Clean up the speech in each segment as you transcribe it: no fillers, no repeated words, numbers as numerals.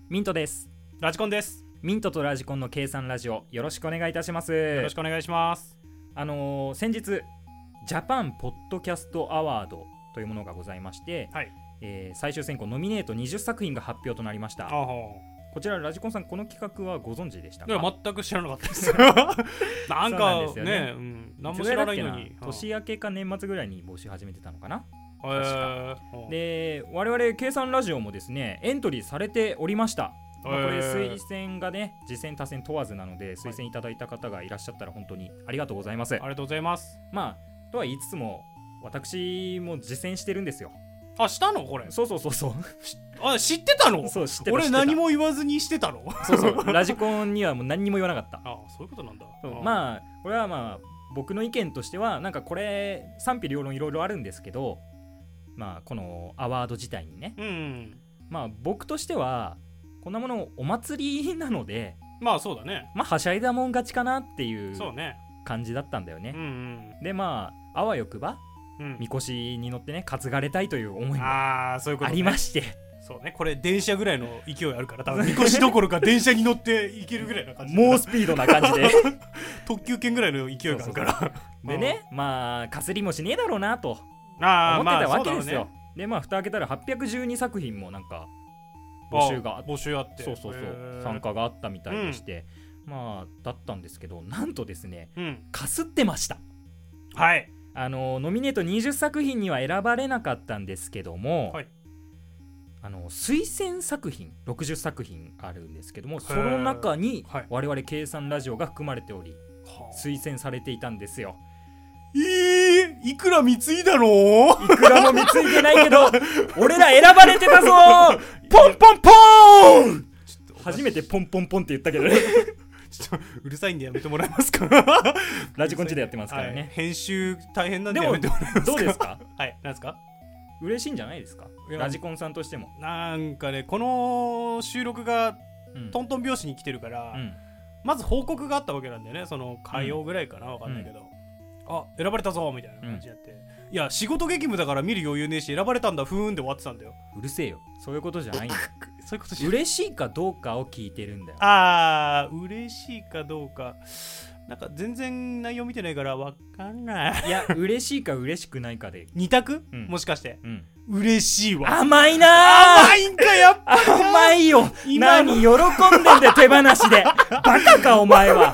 ミントです。 ラジコンです。 ミントとラジコンの計算ラジオ、よろしくお願いいたします。 よろしくお願いします。 先日ジャパンポッドキャストアワードというものがございまして、 はい、 最終選考ノミネート20作品が発表となりました。こちらラジコンさん、この企画はご存知でしたか？ いや、全く知らなかったですなんかね、何も知らないのに。 年明けか年末ぐらいに募集始めてたのかな。 で、 我々計算ラジオもですね、エントリーされておりました。これ推薦がね、次戦他戦問わずなので、推薦いただいた方がいらっしゃったら本当にありがとうございます。 ありがとうございます。 まあとは言いつつも、私も実践してるんですよ。 あ、したのこれ？ そうあ、知ってたの？ そう、知ってた。 俺何も言わずにしてたの？ そうラジコンにはもう何にも言わなかった。 あ、そういうことなんだ。 まあこれはまあ僕の意見としては、なんかこれ賛否両論いろいろあるんですけど、まあこのアワード自体にね、まあ僕としてはこんなものお祭りなので、 まあそうだね、 まあはしゃいだもん勝ちかなっていうそうね感じだったんだよね。でまああわよくば、みこしに乗ってね担がれたいという思いもありまして、 そうね、これ電車ぐらいの勢いあるから、多分みこしどころか電車に乗って行けるぐらいな感じ、 猛スピードな感じで特急券ぐらいの勢いがあるからでね、まあかすりもしねえだろうなと思ってたわけですよ。でまあ蓋開けたら812作品もなんか募集あって、そう参加があったみたいでして、まあだったんですけど、なんとですね、かすってました。 はい、 ノミネート20作品には選ばれなかったんですけども、はい、推薦作品60作品あるんですけども、その中に我々計算ラジオが含まれており、推薦されていたんですよ。 いくら貢いだの？ いくらも貢いでないけど俺ら選ばれてたぞポンポンポーン初めてポンポンポンって言ったけどねちょっとうるさいんでやめてもらえますかラジコンチでやってますからね、 はい、編集大変なんでやめてもらえますか？ どうですか？ はい、なんですか？ 嬉しいんじゃないですか？ラジコンさんとしても。 なんかね、この収録がトントン拍子に来てるから、まず報告があったわけなんだよね。その火曜ぐらいかな、わかんないけど、あ、選ばれたぞみたいな感じになって、いや仕事激務だから見る余裕ねえし、選ばれたんだふーんで終わってたんだよ。 うるせえよ、そういうことじゃないんだよそういうことじゃない。 嬉しいかどうかを聞いてるんだよ。 嬉しいかどうか、なんか全然内容見てないからわかんない。 いや、嬉しいか嬉しくないかで 2択、もしかして、嬉しいわ。 甘いなー。 甘いんか、やっぱ甘いよ。何喜んでんだよ、手放しでバカかお前は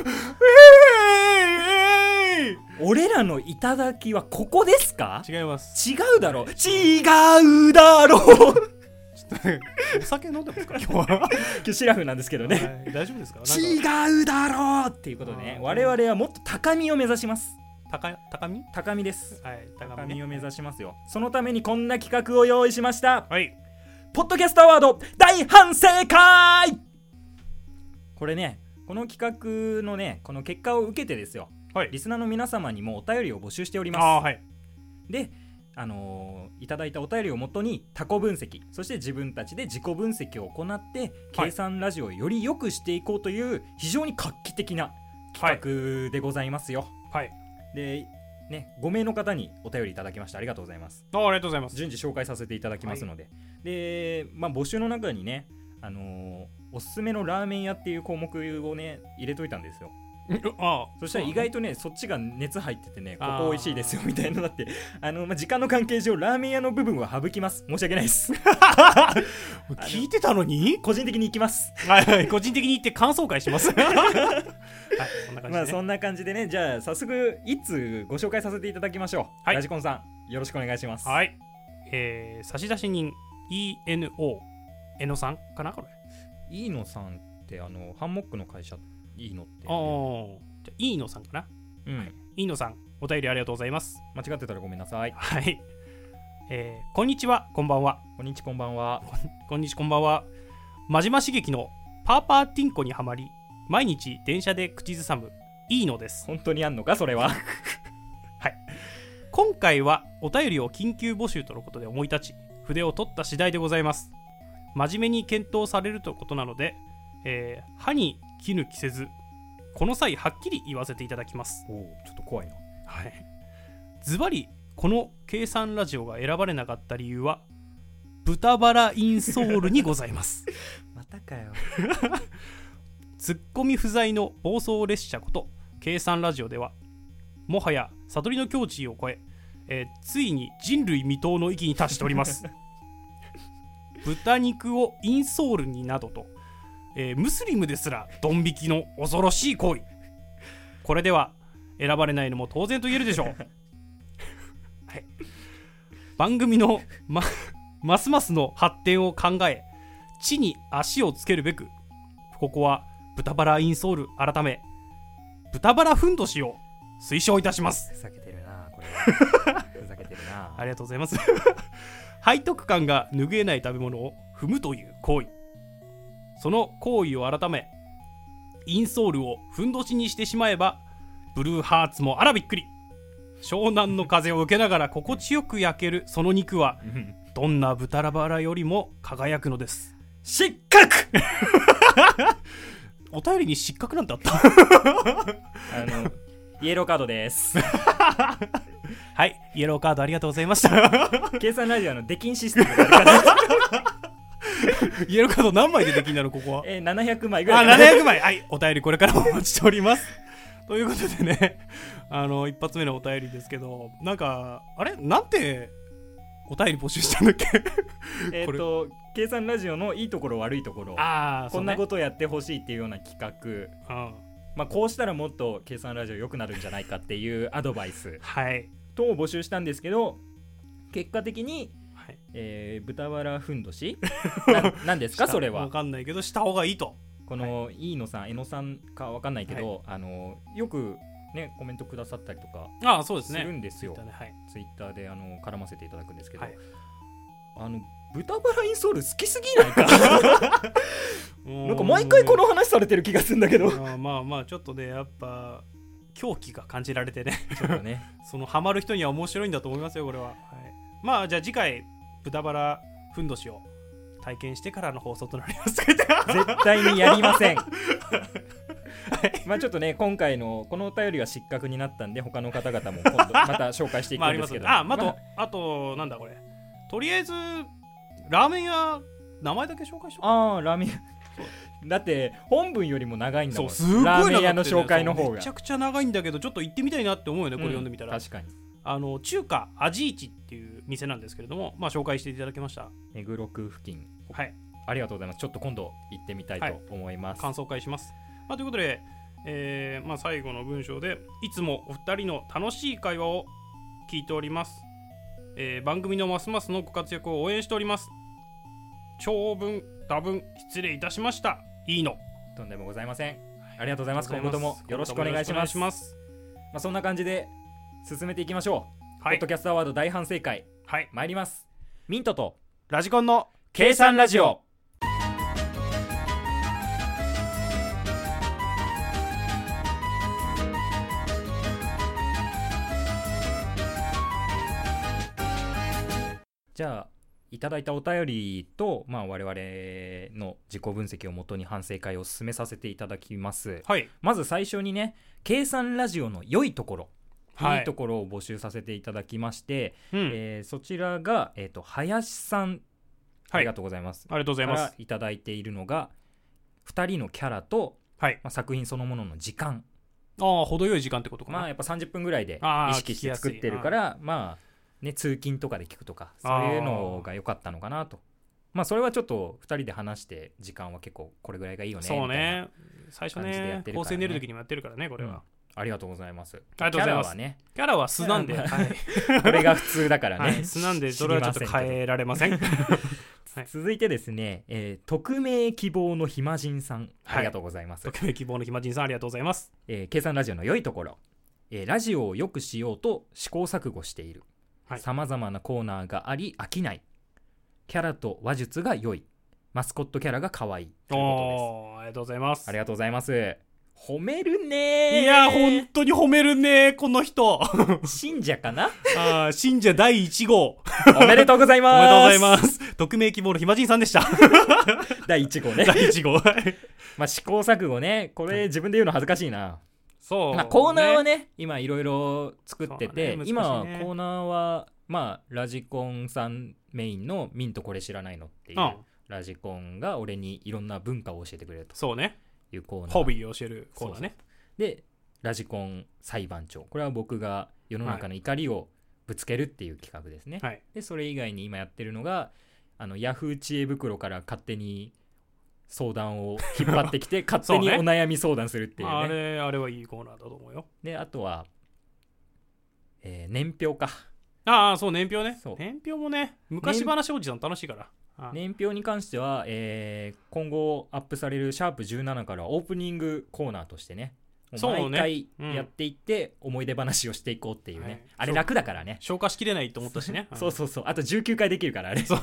俺らのいただきはここですか？ 違います。 違うだろ。違うだろお酒飲んでますか今日は？今日シラフなんですけどね、 大丈夫ですか？ 違うだろうっていうことでね、我々はもっと高みを目指します。高みです、はい、高みを目指しますよ。そのためにこんな企画を用意しました。はい、ポッドキャストアワード大反省会。これね、この企画のね、この結果を受けてですよ、リスナーの皆様にもお便りを募集しております。で、いただいたお便りをもとに他己分析、そして自分たちで自己分析を行って計算ラジオをより良くしていこうという非常に画期的な企画でございますよ。でね、5名の方にお便りいただきました。ありがとうございます。 ありがとうございます。 順次紹介させていただきますので、で、まあ、募集の中にね、おすすめのラーメン屋っていう項目をね入れといたんですよ。そしたら意外とね、そっちが熱入っててね、ここ美味しいですよみたいなのだって、まあ、時間の関係上ラーメン屋の部分は省きます。申し訳ないです聞いてたのに個人的に行きます。 個人的に行って感想会しますまあそんな感じでね、じゃあ早速一通ご紹介させていただきましょう。ラジコンさん、よろしくお願いします。 はい、差出人 ENO えのさんかな。これ ENO さんってハンモックの会社いいのって、 じゃあいいのさんかな。いいのさん、お便りありがとうございます。 間違ってたらごめんなさい。 はい、こんにちは、こんばんは。 こんにちこんばんは。 こんにちこんばんは。真島茂樹のパーパーティンコにはまり、毎日電車で口ずさむいいのです。 本当にあんのかそれははい、 今回はお便りを緊急募集とのことで思い立ち、筆を取った次第でございます。真面目に検討されるということなので、歯に衣着せず、この際はっきり言わせていただきます。 ちょっと怖いな。 はい、ズバリこの計算ラジオが選ばれなかった理由は豚バラインソールにございますまたかよ。 ツッコミ不在の暴走列車こと計算ラジオでは、もはや悟りの境地を超えついに人類未踏の域に達しております豚肉をインソールになどと、ムスリムですらドン引きの恐ろしい行為。これでは選ばれないのも当然と言えるでしょう、はい、番組の、ますますの発展を考え、地に足をつけるべく、ここは豚バラインソール改め豚バラふんどしを推奨いたします。 ふざけてるなこれは。ふざけてるな。 ありがとうございます背徳感が拭えない食べ物を踏むという行為、その行為を改めインソールをふんどしにしてしまえば、ブルーハーツもあらびっくり、湘南の風を受けながら心地よく焼けるその肉はどんな豚バラよりも輝くのです。 失格お便りに失格なんてあったイエローカードですはい、イエローカードありがとうございました計算ラジオの出禁システムがあるからイエローカード何枚で出禁なのここは 700枚ぐらい。 あ、700枚。はい、お便りこれからもお待ちしておりますということでね、一発目のお便りですけど、なんかあれなんてお便り募集したんだっけ計算ラジオのいいところ悪いところ、こんなことやってほしいっていうような企画、こうしたらもっと計算ラジオ良くなるんじゃないかっていうアドバイス、とを募集したんですけど、結果的に、豚バラふんどしなんですかそれは。 分かんないけどした方がいいと。 この飯野さん、江野さんか分かんないけど、よくねコメントくださったりとかそうですね、 するんですよ。ツイッターで絡ませていただくんですけど、豚バラインソール好きすぎないかなんか毎回この話されてる気がするんだけどまあちょっとね、やっぱ狂気が感じられてねちょっとねそのハマる人には面白いんだと思いますよこれは。まあじゃあ次回豚バラふんどしを体験してからの放送となります絶対にやりませんちょっとね今回のこのお便りは失格になったんで、他の方々も今度また紹介していくんですけどあとなんだこれ、とりあえずラーメン屋名前だけ紹介しよう。 ラーメン屋だって本文よりも長いんだもん。 すごいラーメン屋の紹介の方がめちゃくちゃ長いんだけど、ちょっと行ってみたいなって思うよね、これ読んでみたら。 確かに中華味市っていう店なんですけれども、紹介していただきました。 目黒区付近、ありがとうございます。ちょっと今度行ってみたいと思います。 感想会します。ということで、最後の文章で、いつもお二人の楽しい会話を聞いております。番組のますますのご活躍を応援しております。長文多文失礼いたしました。いいのとんでもございません。ありがとうございます。今後ともよろしくお願いします。そんな感じで進めていきましょう。ポッドキャストアワード大反省会、参ります。ミントとラジコンの計算ラジオ。じゃあいただいたお便りと、我々の自己分析をもとに反省会を進めさせていただきます。まず最初にね、計算ラジオの良いところ、いいところを募集させていただきまして、そちらが、林さん、ありがとうございます。 ありがとうございます。 からいただいているのが2人のキャラと、作品そのものの時間。 程よい時間ってことかな。 やっぱ30分ぐらいで意識して作ってるから、通勤とかで聞くとか、そういうのが良かったのかなと。それはちょっと2人で話して時間は結構これぐらいがいいよね。 そうね、最初ね、構成練る時にもやってるからね、これは。 ありがとうございます。 キャラはね、キャラは素なんで、 これが普通だからね。 素なんで、それはちょっと変えられません。 続いてですね、匿名希望の暇人さん、ありがとうございます。 匿名希望の暇人さん、ありがとうございます。 計算ラジオの良いところ、ラジオを良くしようと試行錯誤している。さまざまなコーナーがあり飽きない。キャラと話術が良い。マスコットキャラが可愛いということです。 ありがとうございます。 ありがとうございます。褒めるね。 いや本当に褒めるねこの人。 信者かな。 信者第1号。 おめでとうございます。 おめでとうございます。匿名希望の暇人さんでした。 第1号ね。 第1号。 試行錯誤ね。これ自分で言うの恥ずかしいな。 そう、 コーナーはね今いろいろ作ってて、今はコーナーはラジコンさんメインのミントこれ知らないのっていうラジコンが俺にいろんな文化を教えてくれるとそうねいうコーナー、 ホビーを教えるコーナーね。 でラジコン裁判長、これは僕が世の中の怒りをぶつけるっていう企画ですね、はい、でそれ以外に今やってるのがヤフー知恵袋から勝手に相談を引っ張ってきて勝手にお悩み相談するっていうねあれはいいコーナーだと思うよ。 であとは、年表か。 ああそう年表ね。年表もね昔話おじさん楽しいから。 年表に関しては、今後アップされるシャープ17からオープニングコーナーとしてね毎回やっていって思い出話をしていこうっていうね、はい、あれ楽だからね消化しきれないと思ったしねそうそうそう、あと19回できるからあれそう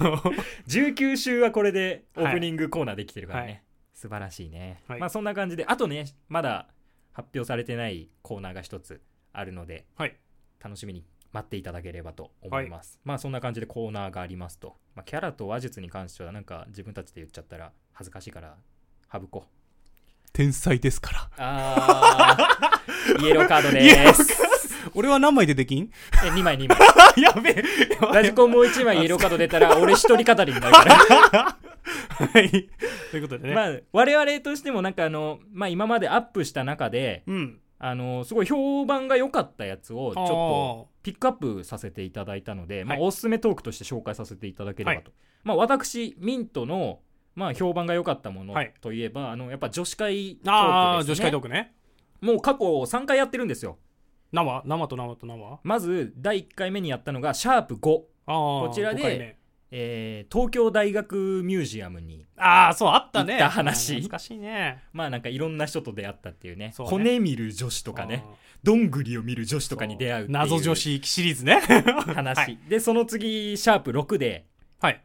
19週はこれでオープニングコーナーできてるからね、はい、素晴らしいね、はい、まあそんな感じであとねまだ発表されてないコーナーが一つあるので、はい、楽しみに待っていただければと思います、はい、まあそんな感じでコーナーがありますと、まあ、キャラと話術に関してはなんか自分たちで言っちゃったら恥ずかしいから省こう。 天才ですからイエローカードです俺は何枚でできん ？2枚やべえラジコンもう1枚イエローカード出たら俺一人語りになるからはいということでね、 まあ我々としてもなんかまあ今までアップした中で、うん、すごい評判が良かったやつをちょっとピックアップさせていただいたので、まあ、おすすめトークとして紹介させていただければと、はい、まあ私ミントのまあ評判が良かったものといえば、はい、やっぱ女子会トークですね。 女子会トークね。 もう過去3回やってるんですよ。 生まず第1回目にやったのがシャープ5、こちらで、東京大学ミュージアムにそうあったね。 行った話。 懐かしいね。 まあなんかいろんな人と出会ったっていうね。骨見る女子とかね、どんぐりを見る女子とかに出会うっていう謎女子シリーズね話、はい、でその次シャープ6で、はい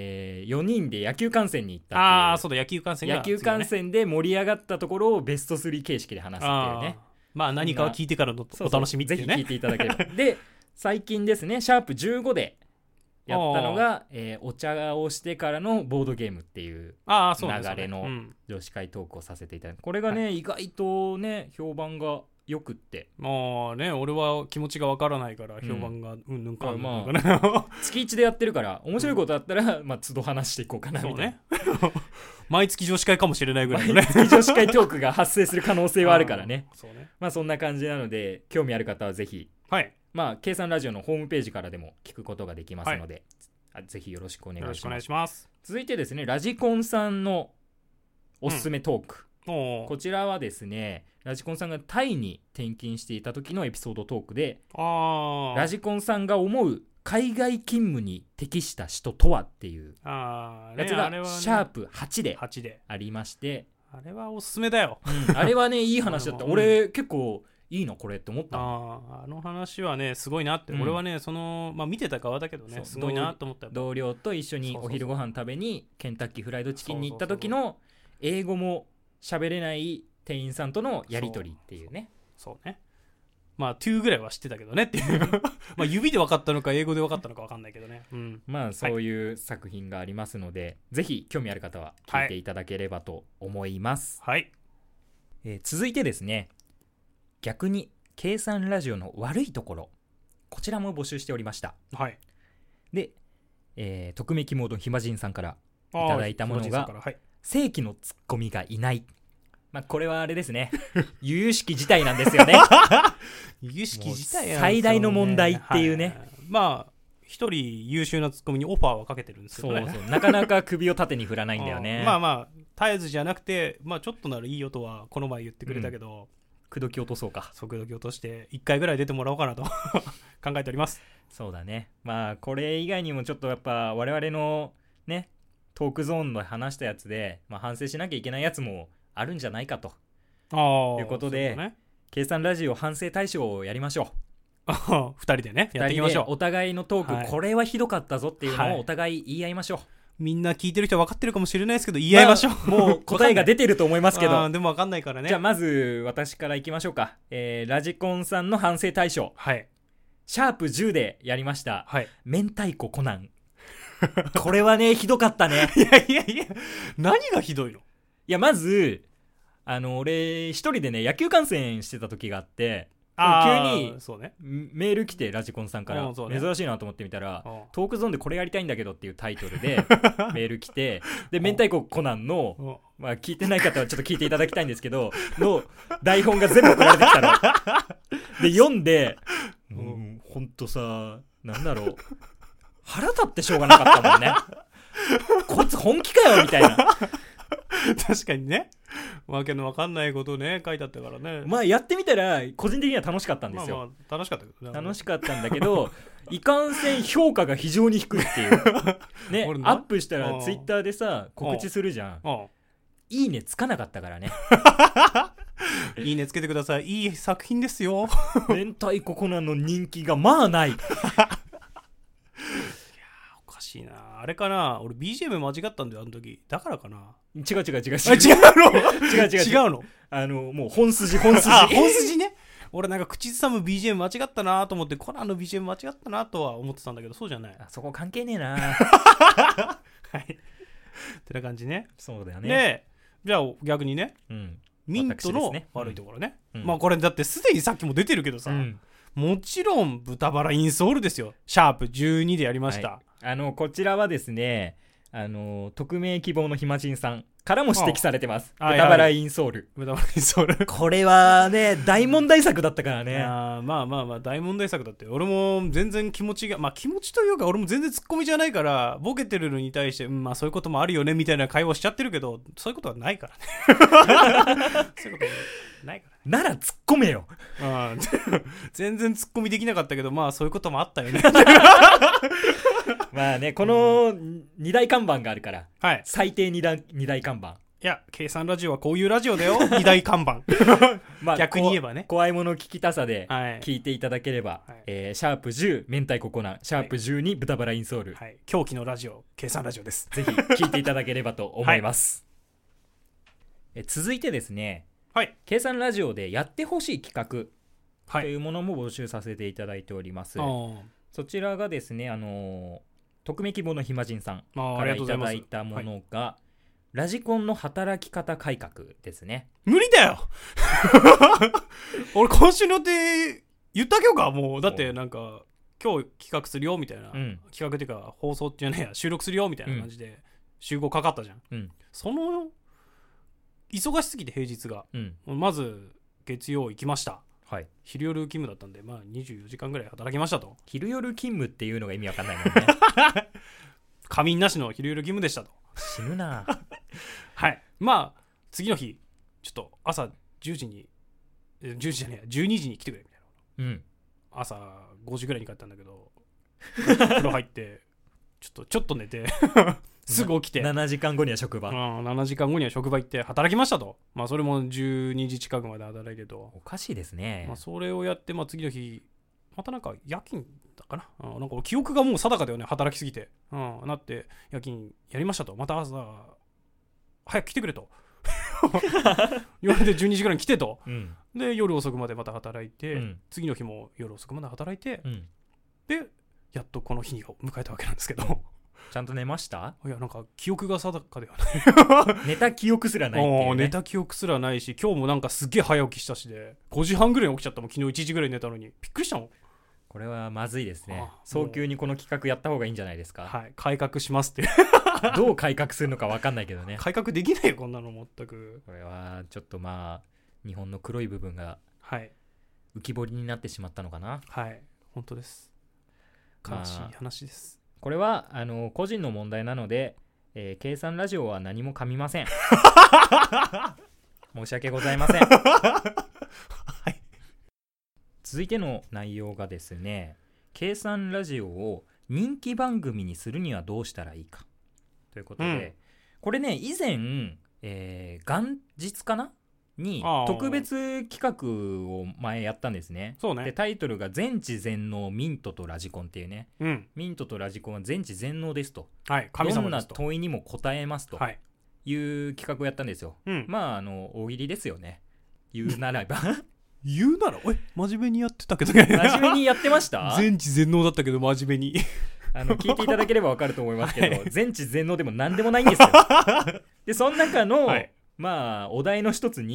4人で野球観戦に行ったっていう。 そうだ野球観戦が、 ね、野球観戦で盛り上がったところをベスト3形式で話すっていうね。 まあ何かを聞いてからのお楽しみっていうね。 ぜひ聞いていただければで最近ですねシャープ15でやったのが、お茶をしてからのボードゲームっていう流れの女子会トークをさせていただいて、これがね、はい、意外とね評判がよくって、 まあね俺は気持ちがわからないから評判がうんかまあ月1でやってるから面白いことあったら、まあ都度話していこうかなみたいな、ね、 毎月女子会かもしれないぐらいのね毎月女子会トークが発生する可能性はあるからねそうね、まあそんな感じなので興味ある方はぜひ、はい、まあ計算ラジオのホームページからでも聞くことができますので、はい、ぜひよろしくお願いします。続いてですねラジコンさんのおすすめトーク、こちらはですねラジコンさんがタイに転勤していた時のエピソードトークで、ラジコンさんが思う海外勤務に適した人とはっていうやつがシャープ8でありまして、 あれはおすすめだよ、 あれはねいい話だった俺結構いいのこれって思ったあの話はねすごいなって、俺はねまあ、見てた側だけどねすごいなと思った。 同僚と一緒にお昼ご飯食べにケンタッキーフライドチキンに行った時の英語も喋れない店員さんとのやり取りっていうね。 そうね。まあ2ぐらいは知ってたけどねっていうまあ指で分かったのか英語で分かったのか分かんないけどね、 まあそういう作品がありますので、はい、ぜひ興味ある方は聞いていただければと思います。はい、続いてですね逆に計算ラジオの悪いところ、こちらも募集しておりました。はい、で、匿名希望のひまじんさんからいただいたものが、正規のツッコミがいない。まあこれはあれですね由々しき事態なんですよね由々しき事態最大の問題っていうね、はい、 まあ一人優秀なツッコミにオファーはかけてるんですけどね。 そうなかなか首を縦に振らないんだよねまあまあ絶えずじゃなくて、まあちょっとならいいよとはこの前言ってくれたけど、 口説き落とそうか。 口説き落として1回ぐらい出てもらおうかなと考えております。 そうだね。まあこれ以外にもちょっとやっぱ我々のねトークゾーンの話したやつで、まあ、反省しなきゃいけないやつもあるんじゃないかということで、ね、計算ラジオ反省大賞をやりましょう 2人でねやっていきましょう。 お互いのトーク、はい、これはひどかったぞっていうのをお互い言い合いましょう、はい、 みんな聞いてる人は分かってるかもしれないですけど言い合いましょう、 まあ、もう答えが出てると思いますけどでも分かんないからね。 じゃあまず私からいきましょうか。ラジコンさんの反省大賞、はい、シャープ10でやりました、はい、明太子コナンこれはねひどかったねいや何がひどいの。 いやまず俺一人でね野球観戦してた時があって、 急にそう、ね、 メール来てラジコンさんから、珍しいなと思ってみたらトークゾーンでこれやりたいんだけどっていうタイトルでメール来て、で明太子コナンの、聞いてない方はちょっと聞いていただきたいんですけどの台本が全部送られてきたので読んで、ほんとさ、なんだろう、腹立ってしょうがなかったもんねこいつ本気かよみたいな確かにね、わけのわかんないことね書いてあったからね。 まあやってみたら個人的には楽しかったんですよ。 楽しかったけどね。楽しかったんだけどいかんせん評価が非常に低いっていうねアップしたらツイッターでさ告知するじゃん。いいねつかなかったからねいいねつけてください、いい作品ですよ明太子コナンの人気がまあないおかしいな。あれかな、俺 BGM 間違ったんだよあの時。だからかな。 違う違うのもう本筋本筋ね。俺なんか口ずさむ BGM 間違ったなと思って、コナンの BGM 間違ったなとは思ってたんだけど、そうじゃない。 そこ関係ねえなはいってな感じね。 そうだよね。 でじゃあ逆にね、ミントの悪いところね、まあこれだってすでにさっきも出てるけどさ、もちろん豚バラインソールですよ。シャープ12でやりました。 こちらはですね、匿名希望のひまちんさんからも指摘されてます。豚バラインソール。 豚バラインソール。 これはね、大問題作だったからね。 まあ大問題作だって。俺も全然気持ちが、気持ちというか俺も全然ツッコミじゃないから、ボケてるのに対して、そういうこともあるよねみたいな会話しちゃってるけど、そういうことはないからね。そういうことないから。 ならツッコめよ。 全然ツッコミできなかったけど、そういうこともあったよね。 まあね、この2大看板があるから、最低2大看板。 いや、計算ラジオはこういうラジオだよ。2大看板。逆に言えばね。 怖いもの聞きたさで聞いていただければ、シャープ10明太子コナン、シャープ12豚バラインソール、 狂気のラジオ、計算ラジオです。 ぜひ聞いていただければと思います。続いてですね、計算ラジオでやってほしい企画というものも募集させていただいております。そちらがですね、匿名希望のひまじんさんからいただいたものが、ラジコンの働き方改革ですね。 無理だよ俺今週の予定言った今日か。もうだってなんか今日企画するよみたいな、企画っていうか放送っていうね、収録するよみたいな感じで集合かかったじゃん、その忙しすぎて平日が、まず月曜行きました。昼夜勤務だったんで、24時間ぐらい働きましたと。 昼夜勤務っていうのが意味わかんないもんね仮眠なしの昼夜勤務でしたと。 死ぬな次の日ちょっと朝10時に12時に来てくれみたいな、朝5時ぐらいに帰ったんだけど風呂入ってちょっと寝てすぐ起きて 7時間後には職場、 7時間後には職場行って働きましたと。それも12時近くまで働いてと。 おかしいですね。 それをやって、次の日またなんか夜勤だかな、なんか記憶がもう定かだよね、働きすぎて、なって夜勤やりましたと。また朝早く来てくれと言われて12時ぐらいに来てと、で夜遅くまでまた働いて、次の日も夜遅くまで働いて、でやっとこの日を迎えたわけなんですけどちゃんと寝ました？ いや、なんか記憶が定かではない寝た記憶すらないっていうね。 寝た記憶すらないし、今日もなんかすげえ早起きしたしで5時半ぐらいに起きちゃったもん。昨日1時ぐらい寝たのにびっくりしたもん。 これはまずいですね。早急にこの企画やった方がいいんじゃないですか。 改革しますってどう改革するのか分かんないけどね。 改革できないよこんなの全く。 これはちょっと日本の黒い部分が浮き彫りになってしまったのかな。 本当です。悲しい話です。 これは個人の問題なので、計算ラジオは何も噛みません申し訳ございません続いての内容がですね、計算ラジオを人気番組にするにはどうしたらいいかということで、これね以前、元日かなに特別企画を前やったんですね。でタイトルが全知全能ミントとラジコンっていうね、ミントとラジコンは全知全能ですと、 神様どんな問いにも答えますという企画をやったんですよ。大喜利ですよね、言うならば真面目にやってたけど真面目にやってました全知全能だったけど真面目に聞いていただければ分かると思いますけど、全知全能でも何でもないんですよでその中の、お題の一つに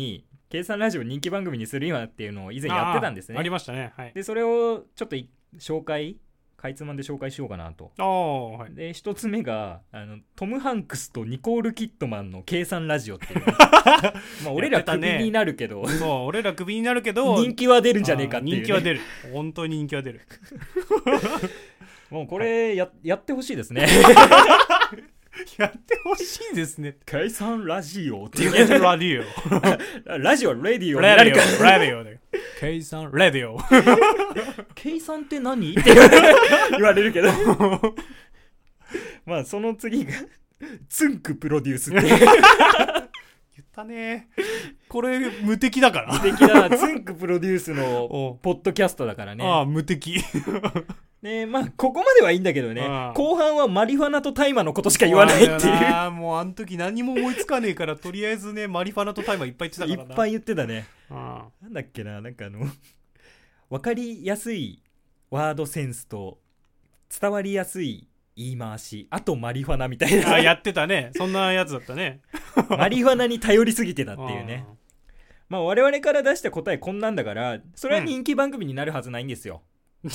計算ラジオ人気番組にする今っていうのを以前やってたんですね。 ありましたね、はい、 でそれをちょっとかいつまんで紹介しようかなと。 はい、 で一つ目がトム・ハンクスとニコール・キットマンの計算ラジオっていうまあ俺らクビになるけど、 そう俺らクビになるけど人気は出るんじゃねえかっていう、ね、 人気は出る、本当に人気は出るもうこれ やってほしいですねやってほしいですね。 計算ラジオっていうラジオラジオレディオラジオで計算レディオ計算って何って言われるけどまあその次がツンクプロデュースって言ったね。これ無敵だから無敵だな。ツンクプロデュースのポッドキャストだからね。 ああ無敵ね、まあここまではいいんだけどね、後半はマリファナと大麻のことしか言わないっていう。 あもうあの時何も思いつかねえからとりあえずねマリファナと大麻いっぱい言ってたからな。 いっぱい言ってたね。なんだっけな、なんか分かりやすいワードセンスと伝わりやすい言い回し、あとマリファナみたいなやってたね。そんなやつだったねマリファナに頼りすぎてたっていうね。まあ我々から出した答えこんなんだから、それは人気番組になるはずないんですよ、で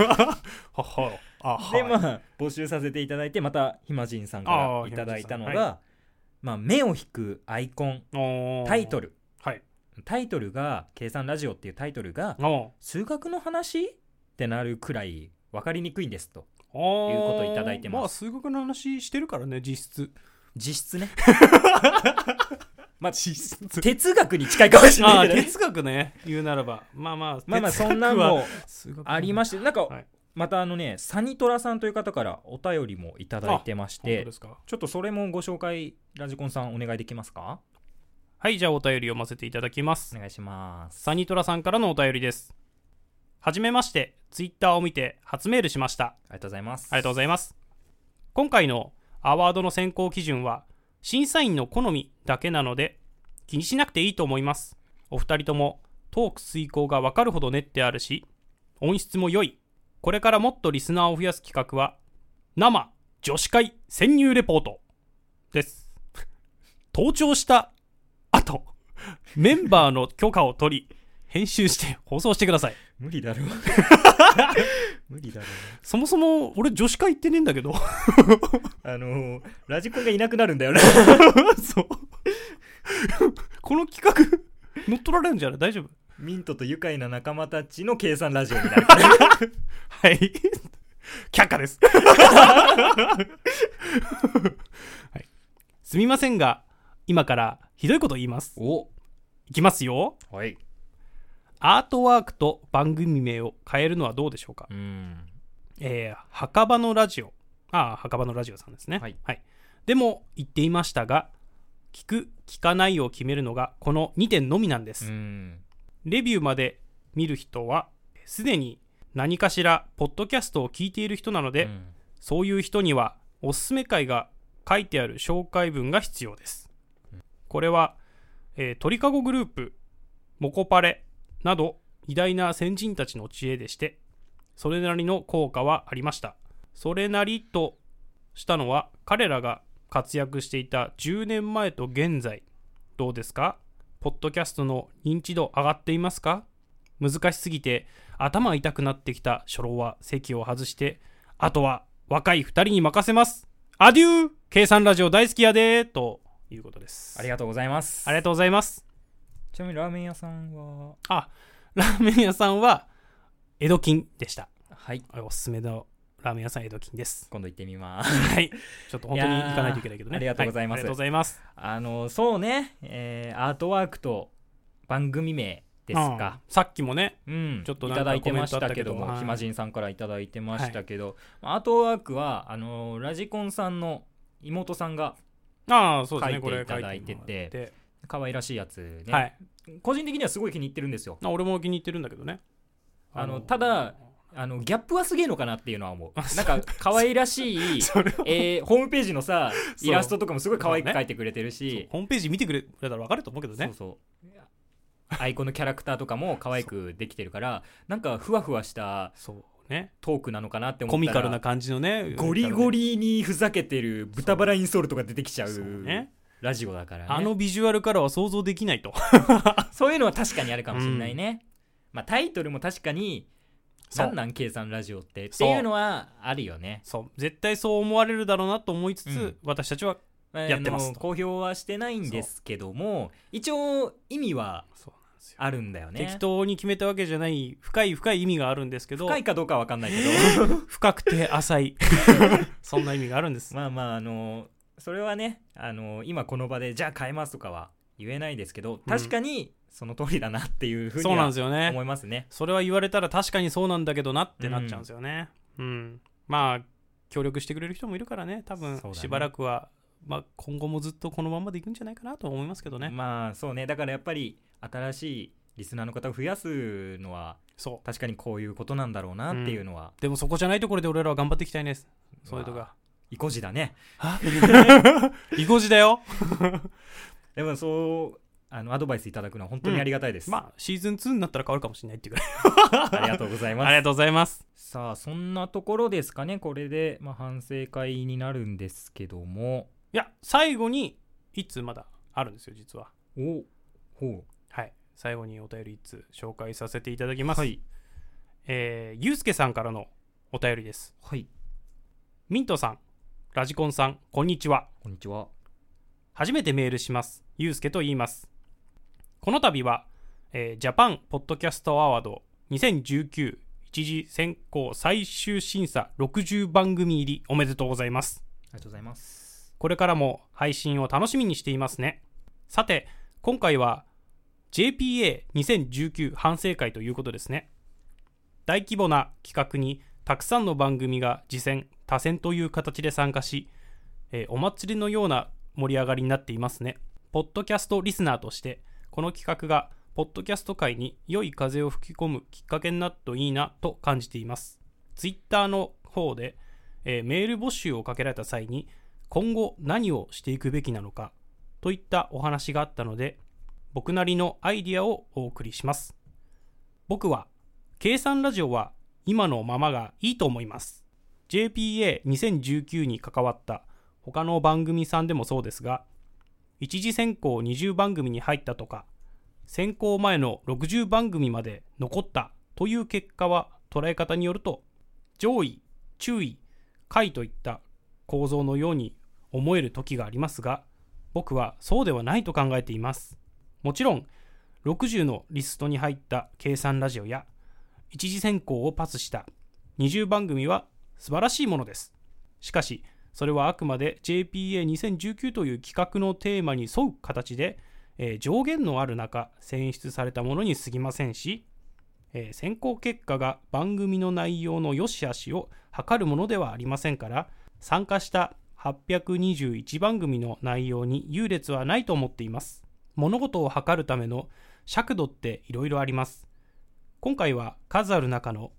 まあ募集させていただいて、またひまじんさんからいただいたのが、はい、まあ、目を引くアイコンタイトル、はい、タイトルが計算ラジオっていうタイトルが数学の話ってなるくらい分かりにくいんですということをいただいてます。 まあ数学の話してるからね、実質ねまあ、哲学に近いかもしれないけど、ね、 哲学ね言うならばまあそんなのもありまして、なんか、はい、またサニトラさんという方からお便りもいただいてまして、ちょっとそれもご紹介ラジコンさんお願いできますか。 はい、じゃあお便り読ませていただきます。 お願いします。 サニトラさんからのお便りです。はじめまして、ツイッターを見て初メールしました。 ありがとうございます。 ありがとうございます。今回のアワードの選考基準は審査員の好みだけなので気にしなくていいと思います。お二人ともトーク遂行が分かるほど練ってあるし、音質も良い。これからもっとリスナーを増やす企画は生女子会潜入レポートです。登頂した後メンバーの許可を取り編集して放送してください。 無理だろ無理だろ。 そもそも俺女子会行ってねえんだけどラジコンがいなくなるんだよねそうこの企画乗っ取られるんじゃない？大丈夫？ ミントと愉快な仲間たちの計算ラジオになるはい却下です、はい、すみませんが今からひどいこと言います。いきますよ。 はい。 アートワークと番組名を変えるのはどうでしょうか。墓場のラジオ、墓場のラジオさんですね。はい、はい、でも言っていましたが、聞く聞かないを決めるのがこの2点のみなんです。レビューまで見る人はすでに何かしらポッドキャストを聞いている人なので、そういう人にはおすすめ回が書いてある紹介文が必要です。これは、鳥かごグループ、モコパレなど偉大な先人たちの知恵でして、それなりの効果はありました。それなりとしたのは彼らが活躍していた10年前と現在、どうですか？ポッドキャストの認知度上がっていますか？難しすぎて頭痛くなってきた初老は席を外して、あとは若い2人に任せます。アデュー！計算ラジオ大好きやでーということです。 ありがとうございます。 ありがとうございます。 ちなみにラーメン屋さんはラーメン屋さんは江戸金でした。 はい。 おすすめのラーメン屋さん江戸金です。 今度行ってみます。 はい。ちょっと本当に行かないといけないけどね。 ありがとうございます。 ありがとうございます。 そうね、アートワークと番組名ですか。 さっきもね、 ちょっといただいてましたけども、ひまじんさんからいただいてましたけど、アートワークはラジコンさんの妹さんが書いていただいてて、可愛らしいやつね、はい、個人的にはすごい気に入ってるんですよ。 俺も気に入ってるんだけどね。 ただギャップはすげえのかなっていうのは思う。なんか可愛らしいホームページのさイラストとかもすごい可愛く描いてくれてるし、 ホームページ見てくれたら分かると思うけどね。 そうアイコンのキャラクターとかも可愛くできてるからなんかふわふわしたトークなのかなって思ったら、 コミカルな感じのね、 ゴリゴリにふざけてる豚バラインソールとか出てきちゃう。 そうね。 ラジオだからね。 あのビジュアルからは想像できないとそういうのは確かにあるかもしれないね、まあ、タイトルも確かになんなん計算ラジオっていうのはあるよね。 そう絶対そう思われるだろうなと思いつつ、私たちはやってますと。 公表はしてないんですけども、一応意味はあるんだよね。 適当に決めたわけじゃない、深い意味があるんですけど、 深いかどうかは分かんないけど深くて浅いそんな意味があるんです。 まあまあそれはね今この場でじゃあ変えますとかは言えないですけど、確かにその通りだなっていうふうには思いますね。 それは言われたら確かにそうなんだけどなってなっちゃうんですよね。まあ協力してくれる人もいるからね、多分しばらくは、まあ、今後もずっとこのままでいくんじゃないかなと思いますけどね。 まあそうね、だからやっぱり新しいリスナーの方を増やすのは確かにこういうことなんだろうなっていうのは、 でもそこじゃないところで俺らは頑張っていきたいね。そういうとこが意固地だね意固地だよでもそうアドバイスいただくのは本当にありがたいです、 まあシーズン2になったら変わるかもしれないっていうかありがとうございますありがとうございます。 さあそんなところですかね。これで、反省会になるんですけども、 いや最後に1通まだあるんですよ実は。はい、最後にお便り1通紹介させていただきます。はい、ゆうすけさんからのお便りです。 はい。 ミントさん、ラジコンさん、こんにちは。 こんにちは。 初めてメールします。ゆうすけと言います。この度は、ジャパンポッドキャストアワード2019一次選考最終審査60番組入りおめでとうございます。 ありがとうございます。 これからも配信を楽しみにしていますね。さて、今回は JPA2019 反省会ということですね。大規模な企画にたくさんの番組が次戦他戦という形で参加し、お祭りのような盛り上がりになっていますね。ポッドキャストリスナーとしてこの企画がポッドキャスト界に良い風を吹き込むきっかけになるといいなと感じています。ツイッターの方で、メール募集をかけられた際に今後何をしていくべきなのかといったお話があったので、僕なりのアイディアをお送りします。僕は計算ラジオは今のままがいいと思います。 JPA2019 に関わった他の番組さんでもそうですが、一次選考20番組に入ったとか選考前の60番組まで残ったという結果は捉え方によると上位、中位、下位といった構造のように思える時がありますが、僕はそうではないと考えています。もちろん60のリストに入った計算ラジオや一次選考をパスした20番組は素晴らしいものです。しかしそれはあくまで JPA2019 という企画のテーマに沿う形で、上限のある中選出されたものに過ぎませんし、選考結果が番組の内容の良し悪しを測るものではありませんから、参加した821番組の内容に優劣はないと思っています。物事を測るための尺度っていろいろあります。今回は数ある中の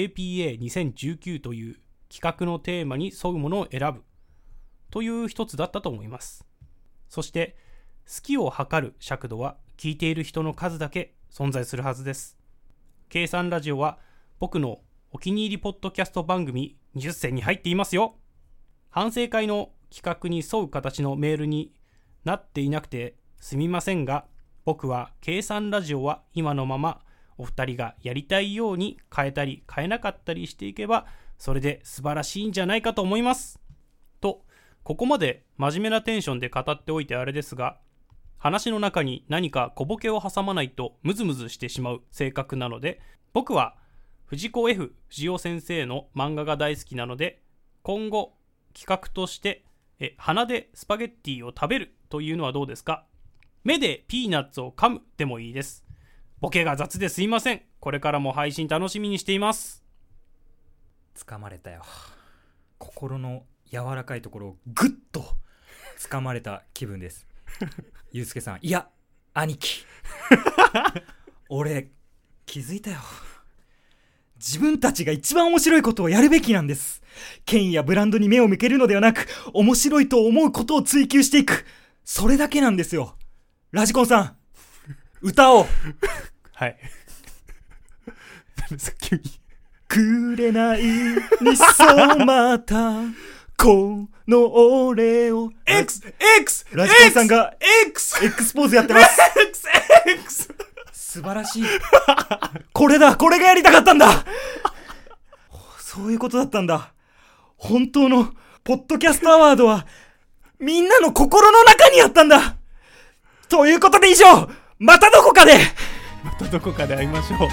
JPA2019 という企画のテーマに沿うものを選ぶという一つだったと思います。そして好きを測る尺度は聞いている人の数だけ存在するはずです。計算ラジオは僕のお気に入りポッドキャスト番組20選に入っていますよ。反省会の企画に沿う形のメールになっていなくてすみませんが、僕は計算ラジオは今のままお二人がやりたいように変えたり変えなかったりしていけばそれで素晴らしいんじゃないかと思いますと、ここまで真面目なテンションで語っておいてあれですが、話の中に何か小ボケを挟まないとムズムズしてしまう性格なので、僕は藤子 F 不二雄先生の漫画が大好きなので、今後企画として鼻でスパゲッティを食べるというのはどうですか。目でピーナッツを噛むでもいいです。ボケが雑ですいません。これからも配信楽しみにしています。 掴まれたよ。心の柔らかいところをグッと掴まれた気分ですゆうすけさん、いや兄貴俺気づいたよ。自分たちが一番面白いことをやるべきなんです。権威やブランドに目を向けるのではなく、面白いと思うことを追求していく、それだけなんですよ。ラジコンさん歌おうはい何ですか急に。 くれないに染まったこの俺を X ラジコンさんが X ポーズやってます。 X 素晴らしい。これがやりたかったんだ。そういうことだったんだ。本当のポッドキャストアワードはみんなの心の中にあったんだ。ということで以上、またどこかで会いましょう。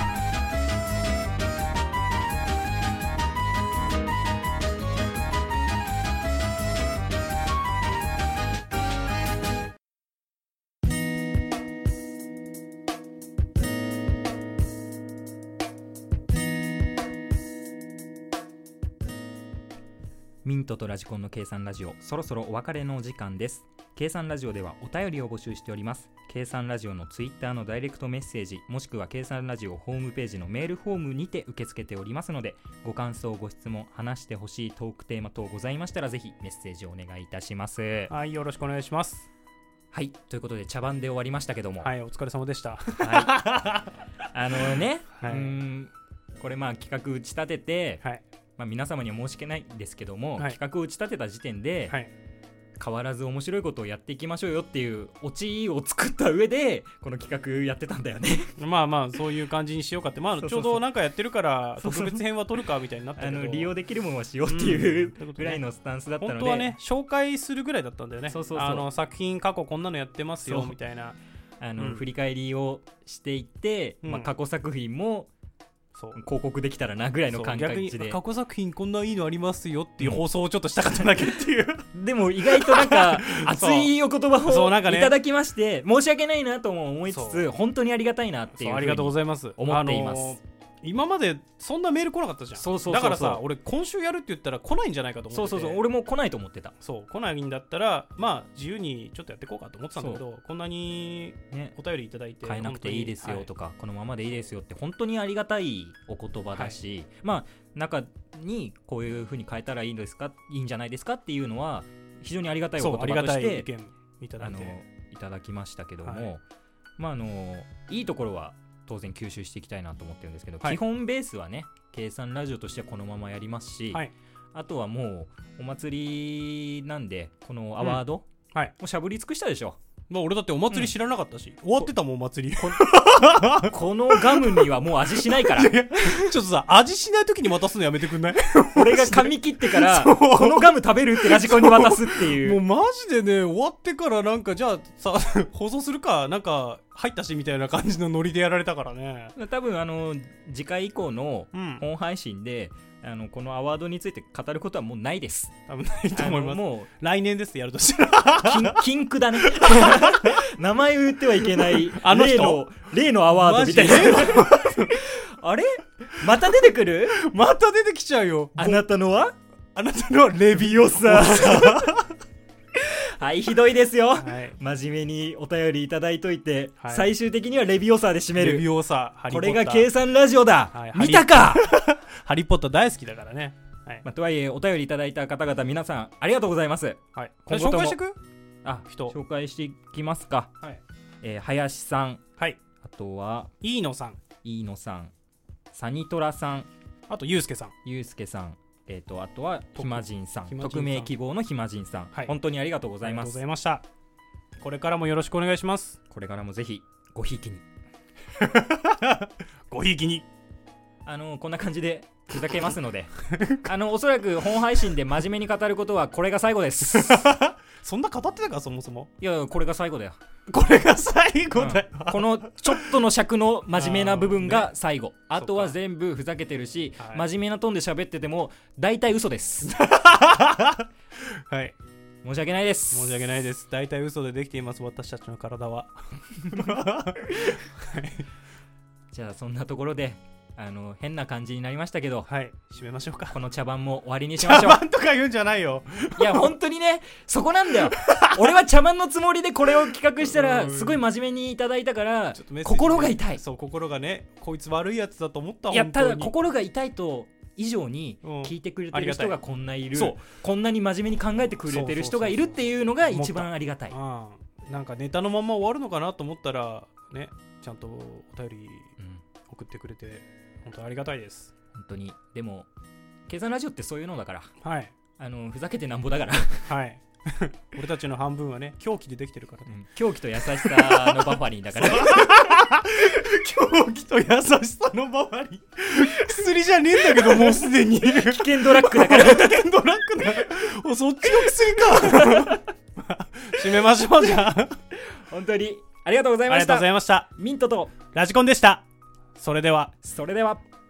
ミントとラジコンの計算ラジオ、そろそろお別れのお時間です。計算ラジオではお便りを募集しております。計算ラジオのツイッターのダイレクトメッセージ、もしくは計算ラジオホームページのメールフォームにて受け付けておりますので、ご感想、ご質問、話してほしいトークテーマ等ございましたらぜひメッセージをお願いいたします。 はい、よろしくお願いします。 はい、ということで茶番で終わりましたけども、 はい、お疲れ様でした。 はい、ね、 はい、 これ企画打ち立てて、 はい、 皆様には申し訳ないんですけども、 はい、 企画を打ち立てた時点で、はい、変わらず面白いことをやっていきましょうよっていうオチを作った上でこの企画やってたんだよね。 まあそういう感じにしようかって、ちょうどなんかやってるから特別編は撮るかみたいになったけど、 利用できるものはしようっていうぐらいのスタンスだったので、 本当はね紹介するぐらいだったんだよね。 そう作品過去こんなのやってますよみたいな振り返りをしていって、過去作品も広告できたらなぐらいの感覚で、 逆に過去作品こんないいのありますよっていう放送をちょっとしたかっただけっていうでも意外となんか熱いお言葉をいただきまして、申し訳ないなとも思いつつ、本当にありがたいなっていうふうにありがとうございます思っています。 今までそんなメール来なかったじゃん。だからさ、俺今週やるって言ったら来ないんじゃないかと思ってて。 俺も来ないと思ってた。 来ないんだったら自由にちょっとやっていこうかと思ってたんだけど、こんなにお便りいただいて、 変えなくていいですよとか、このままでいいですよって本当にありがたいお言葉だし、中にこういう風に変えたらいいんじゃないですかっていうのは非常にありがたいお言葉として意見いただきましたけども、いいところは当然吸収していきたいなと思ってるんですけど、基本ベースはね、計算ラジオとしてはこのままやりますし、あとはもうお祭りなんでこのアワード、もうしゃぶり尽くしたでしょ。 俺だってお祭り知らなかったし、終わってたもんお祭りこのガムにはもう味しないからちょっとさ、味しない時に渡すのやめてくんない俺が噛み切ってからこのガム食べるってラジコンに渡すっていうもうマジでね、終わってからなんかじゃあさ放送するかなんか入ったしみたいな感じのノリでやられたからね。 多分次回以降の本配信で、このアワードについて語ることはもうないです。 多分ないと思います。もう来年ですやるとしたら禁句だね名前言ってはいけない例のアワードみたいなあれまた出てくるまた出てきちゃうよ。 あなたのはレビオサはい、ひどいですよ、真面目にお便りいただいといて、最終的にはレビオサで締める。 レビオサ、 これが計算ラジオだ、見たかハリーポッター大好きだからね。 とはいえお便りいただいた方々皆さんありがとうございます。 紹介していく？ 紹介していきますか。林さん、あとは飯野さん、 サニトラさん、 あとユウスケさん、 あとはひまじんさん、匿名希望のひまじんさん、本当にありがとうございます。 ありがとうございました。これからもよろしくお願いします。 これからもぜひごひいきにごひいきにこんな感じでふざけますのでおそらく本配信で真面目に語ることはこれが最後ですそんな語ってたか、そもそも。 いや、これが最後だよ。 これが最後だよ、 このちょっとの尺の真面目な部分が最後。あとは全部ふざけてるし、真面目なトーンで喋ってても大体嘘ですはい、 申し訳ないです。 申し訳ないです。大体嘘でできています、私たちの体はじゃあそんなところで変な感じになりましたけど、 締めましょうか。 この茶番も終わりにしましょう。 茶番とか言うんじゃないよ。 いや本当にね、そこなんだよ俺は茶番のつもりでこれを企画したらすごい真面目にいただいたから心が痛い。 そう、心がね、こいつ悪いやつだと思った。 いや、ただ心が痛いと以上に聞いてくれてる人がこんないる、こんなに真面目に考えてくれてる人がいるっていうのが一番ありがたい。 なんかネタのまま終わるのかなと思ったらね、ちゃんとお便り送ってくれて本当にありがたいです。 本当に。でも計算ラジオってそういうのだから、 ふざけてなんぼだからはい俺たちの半分はね狂気でできてるからね、 狂気と優しさのバファリンだから狂気と優しさのバファリン薬じゃねえんだけどもうすでに危険ドラッグだから危険ドラッグだからそっちの薬か締めましょうじゃあ本当にありがとうございました。 ありがとうございました。 ミントとラジコンでした。それでは